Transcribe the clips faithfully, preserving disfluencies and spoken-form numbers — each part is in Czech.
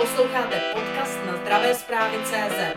Posloucháte podcast na zdravé zprávy tečka cé zet.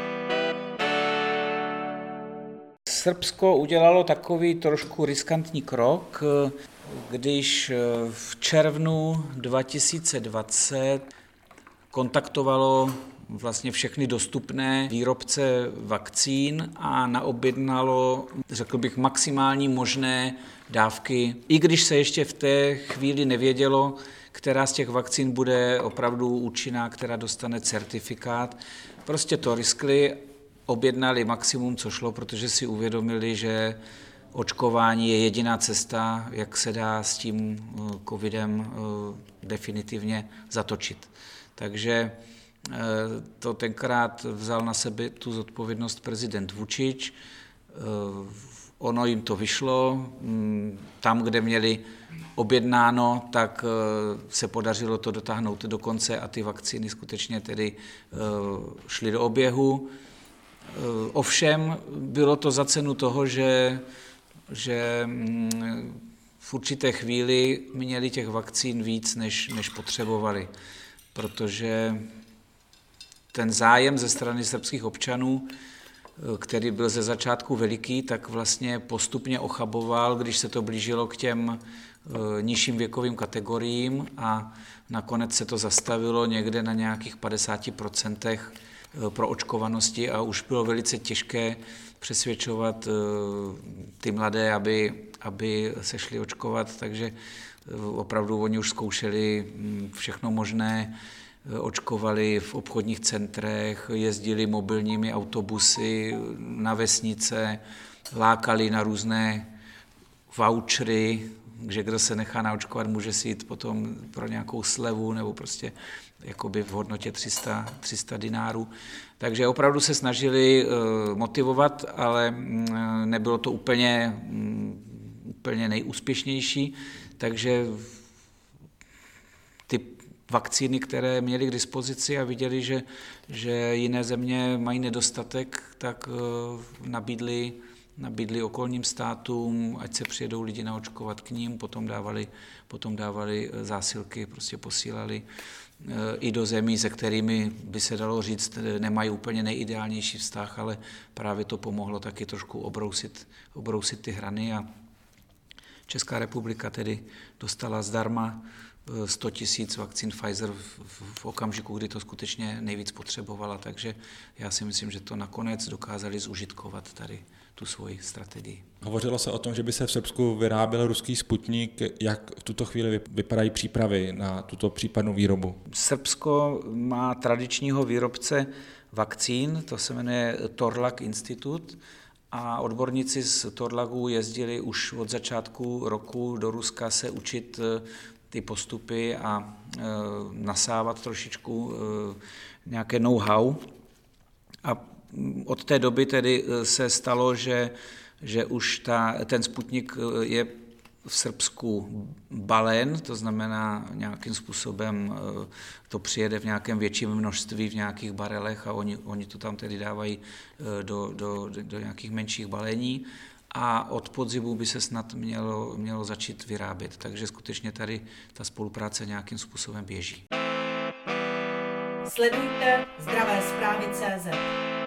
Srbsko udělalo takový trošku riskantní krok, když v červnu dva tisíce dvacet kontaktovalo vlastně všechny dostupné výrobce vakcín a naobjednalo, řekl bych, maximální možné dávky, i když se ještě v té chvíli nevědělo, která z těch vakcín bude opravdu účinná, která dostane certifikát. Prostě to riskli, objednali maximum, co šlo, protože si uvědomili, že očkování je jediná cesta, jak se dá s tím covidem definitivně zatočit. Takže to tenkrát vzal na sebe tu zodpovědnost prezident Vučić. Ono jim to vyšlo. Tam, kde měli objednáno, tak se podařilo to dotáhnout do konce a ty vakcíny skutečně tedy šly do oběhu. Ovšem bylo to za cenu toho, že, že v určité chvíli měli těch vakcín víc, než, než potřebovali, protože ten zájem ze strany srbských občanů, který byl ze začátku veliký, tak vlastně postupně ochaboval, když se to blížilo k těm nižším věkovým kategoriím a nakonec se to zastavilo někde na nějakých padesát procent pro očkovanosti a už bylo velice těžké přesvědčovat ty mladé, aby, aby se šli očkovat, takže opravdu oni už zkoušeli všechno možné, očkovali v obchodních centrech, jezdili mobilními autobusy na vesnice, lákali na různé vouchery, že kdo se nechá naočkovat, může si jít potom pro nějakou slevu nebo prostě jakoby v hodnotě tři sta dinárů. Takže opravdu se snažili motivovat, ale nebylo to úplně, úplně nejúspěšnější, takže ty vakcíny, které měli k dispozici a viděli, že, že jiné země mají nedostatek, tak nabídli, nabídli okolním státům, ať se přijedou lidi naočkovat k ním, potom dávali, potom dávali zásilky, prostě posílali i do zemí, se kterými by se dalo říct, nemají úplně nejideálnější vztah, ale právě to pomohlo taky trošku obrousit, obrousit ty hrany a Česká republika tedy dostala zdarma sto tisíc vakcín Pfizer v, v okamžiku, kdy to skutečně nejvíc potřebovala, takže já si myslím, že to nakonec dokázali zužitkovat tady tu svoji strategii. Hovořilo se o tom, že by se v Srbsku vyráběl ruský Sputnik. Jak v tuto chvíli vypadají přípravy na tuto případnou výrobu? Srbsko má tradičního výrobce vakcín, to se jmenuje Torlak Institute, a odborníci z Torlaku jezdili už od začátku roku do Ruska se učit ty postupy a e, nasávat trošičku e, nějaké know-how. A od té doby tedy se stalo, že, že už ta, ten Sputnik je v Srbsku balen, to znamená nějakým způsobem to přijede v nějakém větším množství, v nějakých barelech a oni, oni to tam tedy dávají do, do, do nějakých menších balení. A od podzimu by se snad mělo, mělo začít vyrábět. Takže skutečně tady ta spolupráce nějakým způsobem běží. Sledujte zdravé zprávy tečka cé zet.